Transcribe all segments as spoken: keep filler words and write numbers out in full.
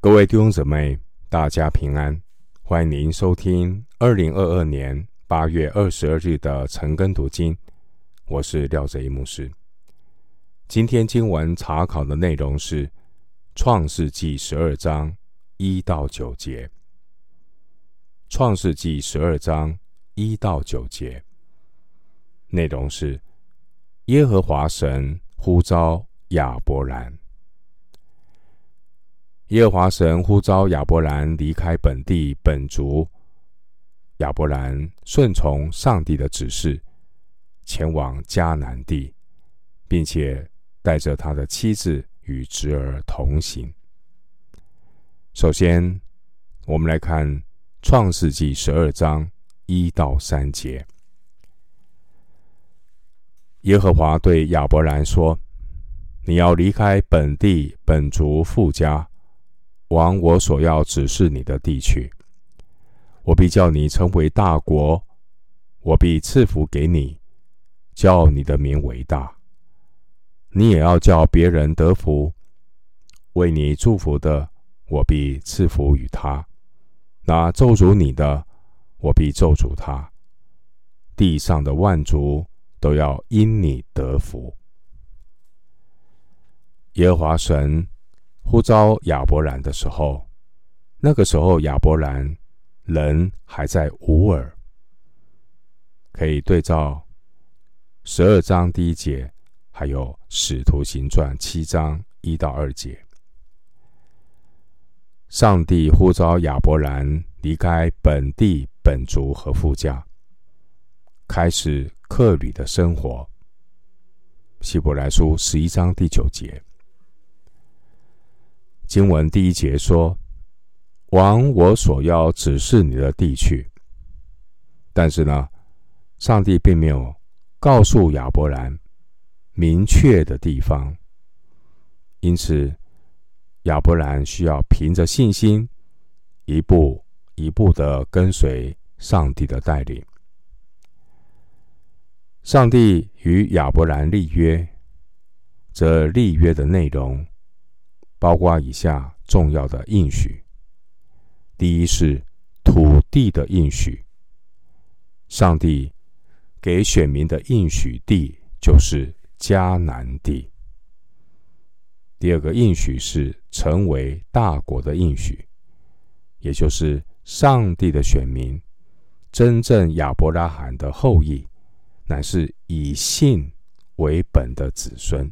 各位弟兄姊妹，大家平安，欢迎您收听二零二二年八月二十二日的晨更读经。我是廖哲一牧师。今天经文查考的内容是创世纪十二章一到九节。创世纪十二章一到九节，内容是耶和华神呼召亚伯兰。耶和华神呼召亚伯兰离开本地本族，亚伯兰顺从上帝的指示，前往迦南地，并且带着他的妻子与侄儿同行。首先，我们来看创世纪十二章一到三节。耶和华对亚伯兰说：你要离开本地本族父家，往我所要指示你的地去。我必叫你成为大国，我必赐福给你，叫你的名为大。你也要叫别人得福。为你祝福的，我必赐福与他；那咒诅你的，我必咒诅他。地上的万族都要因你得福。耶和华神呼召亚伯兰的时候，那个时候亚伯兰人还在乌尔，可以对照十二章第一节，还有使徒行传七章一到二节。上帝呼召亚伯兰离开本地本族和父家，开始客旅的生活。希伯来书十一章第九节，经文第一节说：往我所要指示你的地去。但是呢，上帝并没有告诉亚伯兰明确的地方，因此亚伯兰需要凭着信心，一步一步地跟随上帝的带领。上帝与亚伯兰立约，这立约的内容包括以下重要的应许。第一是土地的应许，上帝给选民的应许地就是迦南地。第二个应许是成为大国的应许，也就是上帝的选民，真正亚伯拉罕的后裔，乃是以信为本的子孙。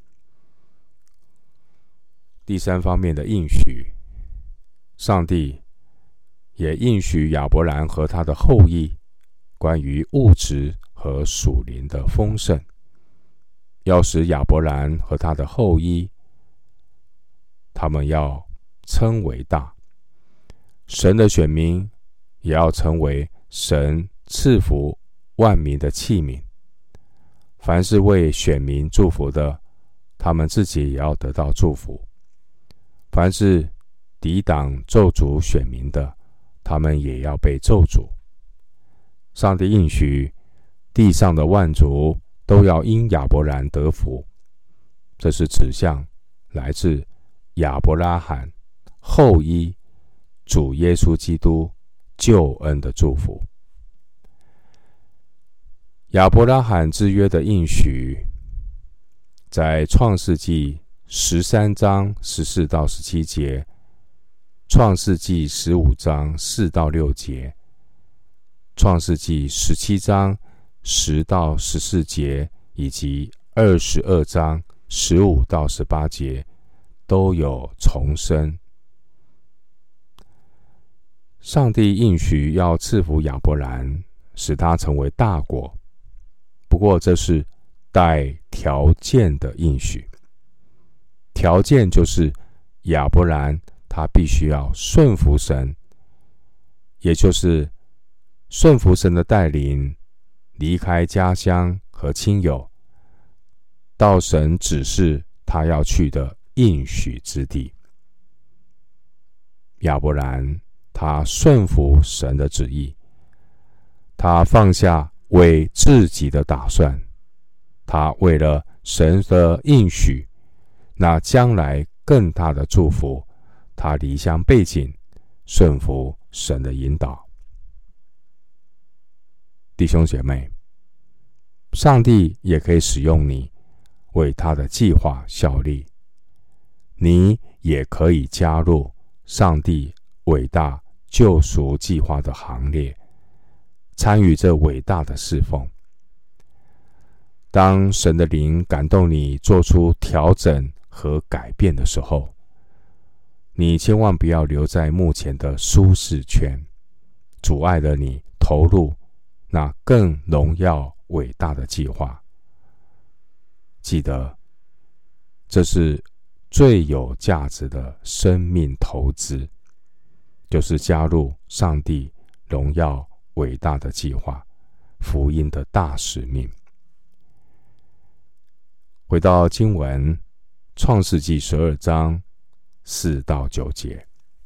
第三方面的应许，上帝也应许亚伯兰和他的后裔关于物质和属灵的丰盛，要使亚伯兰和他的后裔，他们要称为大，神的选民也要成为神赐福万民的器皿。凡是为选民祝福的，他们自己也要得到祝福；凡是抵挡咒诅选民的，他们也要被咒诅。上帝应许地上的万族都要因亚伯兰得福，这是指向来自亚伯拉罕后裔主耶稣基督救恩的祝福。亚伯拉罕之约的应许，在创世纪十三章十四到十七节，创世纪十五章四到六节，创世纪十七章十到十四节，以及二十二章十五到十八节都有重申。上帝应许要赐福亚伯兰，使他成为大国，不过这是带条件的应许。条件就是亚伯兰他必须要顺服神，也就是顺服神的带领，离开家乡和亲友，到神指示他要去的应许之地。亚伯兰他顺服神的旨意，他放下为自己的打算，他为了神的应许，那将来更大的祝福， 他离乡背井，顺服神的引导。弟兄姐妹，上帝也可以使用你，为他的计划效力。你也可以加入上帝伟大救赎计划的行列，参与这伟大的侍奉。当神的灵感动你做出调整和改变的时候，你千万不要留在目前的舒适圈，阻碍了你投入那更荣耀伟大的计划。记得，这是最有价值的生命投资，就是加入上帝荣耀伟大的计划，福音的大使命。回到经文，创世纪十二章四到九节，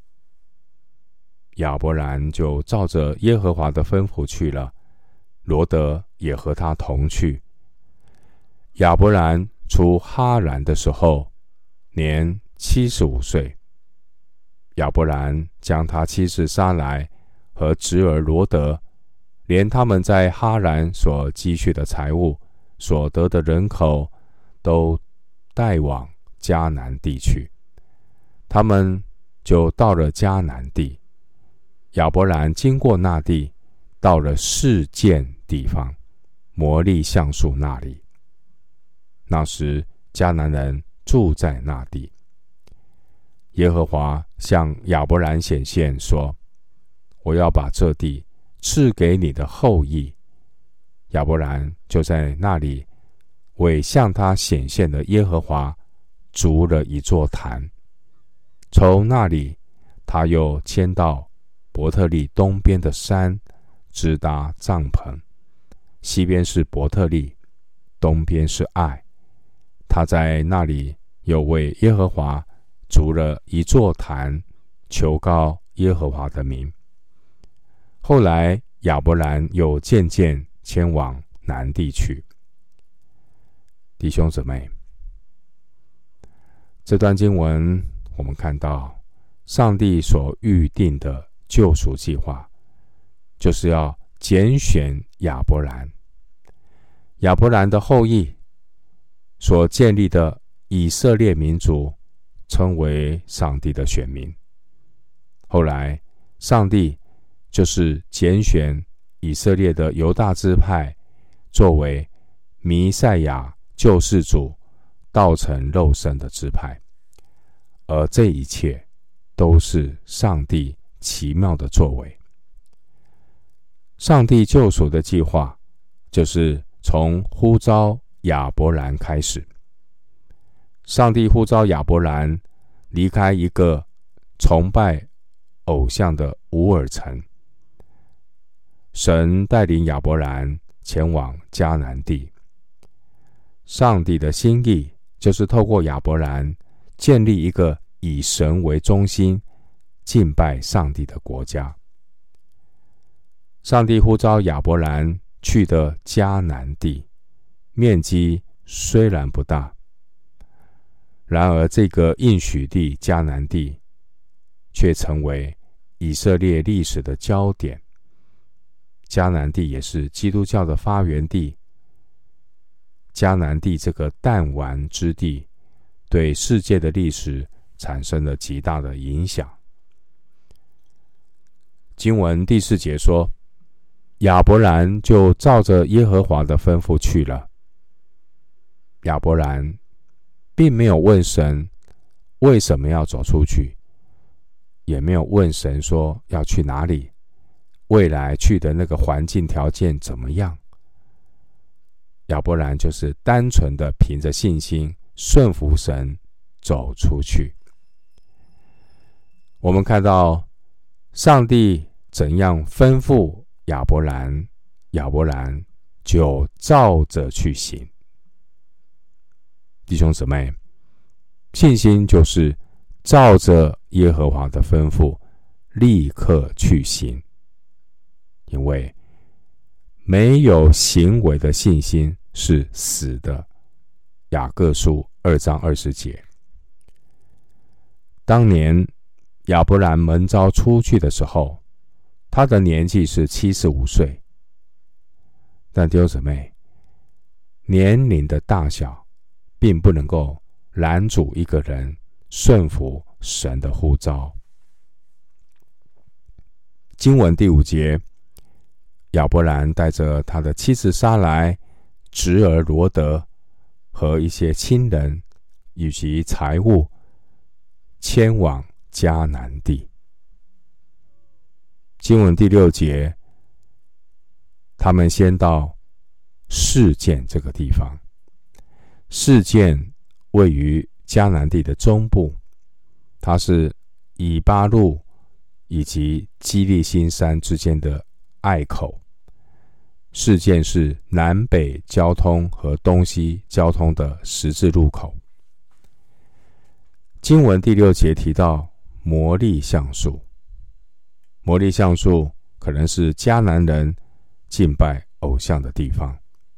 亚伯兰就照着耶和华的吩咐去了，罗得也和他同去。亚伯兰出哈兰的时候，年七十五岁。亚伯兰将他妻子撒来和侄儿罗得，连他们在哈兰所积蓄的财物、所得的人口，都带往迦南地去。他们就到了迦南地。亚伯兰经过那地，到了示剑地方，摩利橡树那里。那时迦南人住在那地。耶和华向亚伯兰显现说：我要把这地赐给你的后裔。亚伯兰就在那里为向他显现的耶和华筑了一座坛。从那里他又迁到伯特利东边的山，支搭帐篷。西边是伯特利，东边是爱。他在那里又为耶和华筑了一座坛，求告耶和华的名。后来亚伯兰又渐渐迁往南地去。弟兄姊妹，这段经文我们看到，上帝所预定的救赎计划，就是要拣选亚伯兰。亚伯兰的后裔所建立的以色列民族，称为上帝的选民。后来上帝就是拣选以色列的犹大支派，作为弥赛亚救世主道成肉身的支派。而这一切都是上帝奇妙的作为。上帝救赎的计划，就是从呼召亚伯兰开始。上帝呼召亚伯兰离开一个崇拜偶像的乌尔城，神带领亚伯兰前往迦南地。上帝的心意就是透过亚伯兰建立一个以神为中心、敬拜上帝的国家。上帝呼召亚伯兰去的迦南地，面积虽然不大，然而这个应许地迦南地却成为以色列历史的焦点。迦南地也是基督教的发源地。迦南地这个弹丸之地，对世界的历史产生了极大的影响。经文第四节说，亚伯兰就照着耶和华的吩咐去了。亚伯兰并没有问神为什么要走出去，也没有问神说要去哪里，未来去的那个环境条件怎么样。亚伯兰就是单纯的凭着信心顺服神走出去。我们看到上帝怎样吩咐亚伯兰，亚伯兰就照着去行。弟兄姊妹，信心就是照着耶和华的吩咐立刻去行。因为没有行为的信心是死的。雅各书二章二十节。当年亚伯兰蒙召出去的时候，他的年纪是七十五岁。但弟兄姊妹，年龄的大小并不能够拦阻一个人顺服神的呼召。经文第五节，亚伯兰带着他的妻子撒来、侄儿罗德和一些亲人以及财物，迁往迦南地。经文第六节，他们先到示剑这个地方。示剑位于迦南地的中部，它是以巴路以及基利心山之间的隘口。示剑是南北交通和东西交通的十字路口。经文第六节提到摩利橡树，摩利橡树可能是迦南人敬拜偶像的地方。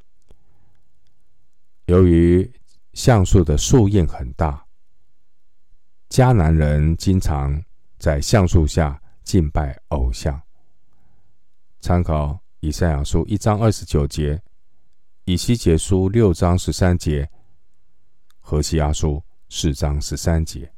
由于橡树的树荫很大，迦南人经常在橡树下敬拜偶像。参考以赛亚书一章二十九节，以西结书六章十三节，何西阿书四章十三节。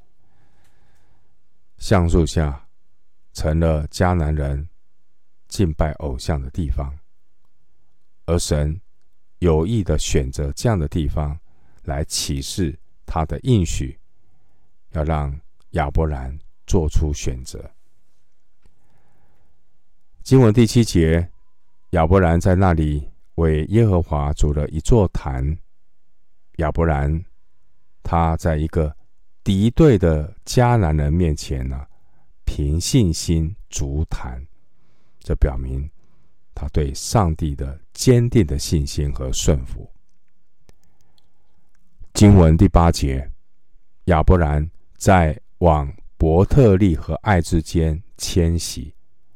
橡树下成了迦南人敬拜偶像的地方，而神有意的选择这样的地方来启示他的应许，要让亚伯兰做出选择。经文第七节，亚伯兰在那里为耶和华筑了一座坛。亚伯兰他在一个敌对的迦南人面前呢、啊，凭信心筑坛，这表明他对上帝的坚定的信心和顺服。经文第八节，亚伯兰在往伯特利和爱之间迁徙。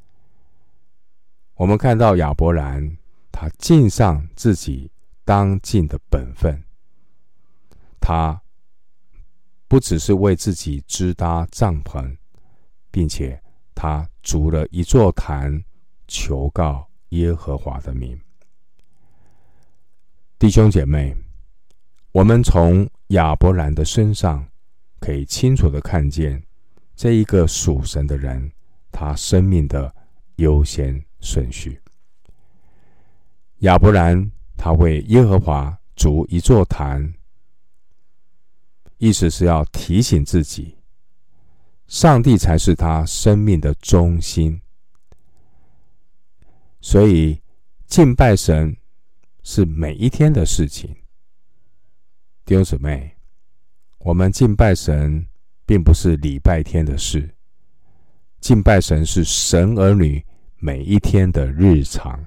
我们看到亚伯兰他尽上自己当尽的本分，他不只是为自己支搭帐篷，并且他筑了一座坛，求告耶和华的名。弟兄姐妹，我们从亚伯兰的身上可以清楚地看见这一个属神的人，他生命的优先顺序。亚伯兰他为耶和华筑一座坛，意思是要提醒自己，上帝才是他生命的中心。所以敬拜神是每一天的事情。弟兄姊妹，我们敬拜神并不是礼拜天的事，敬拜神是神儿女每一天的日常。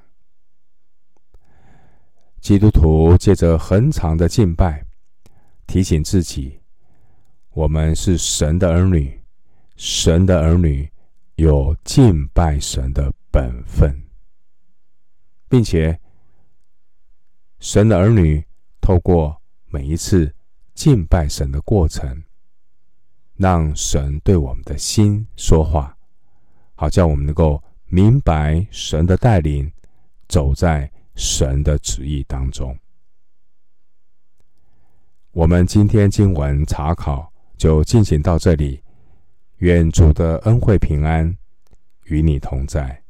基督徒借着恒常的敬拜，提醒自己，我们是神的儿女，神的儿女有敬拜神的本分，并且神的儿女透过每一次敬拜神的过程，让神对我们的心说话，好叫我们能够明白神的带领，走在神的旨意当中。我们今天经文查考就进行到这里，愿主的恩惠平安与你同在。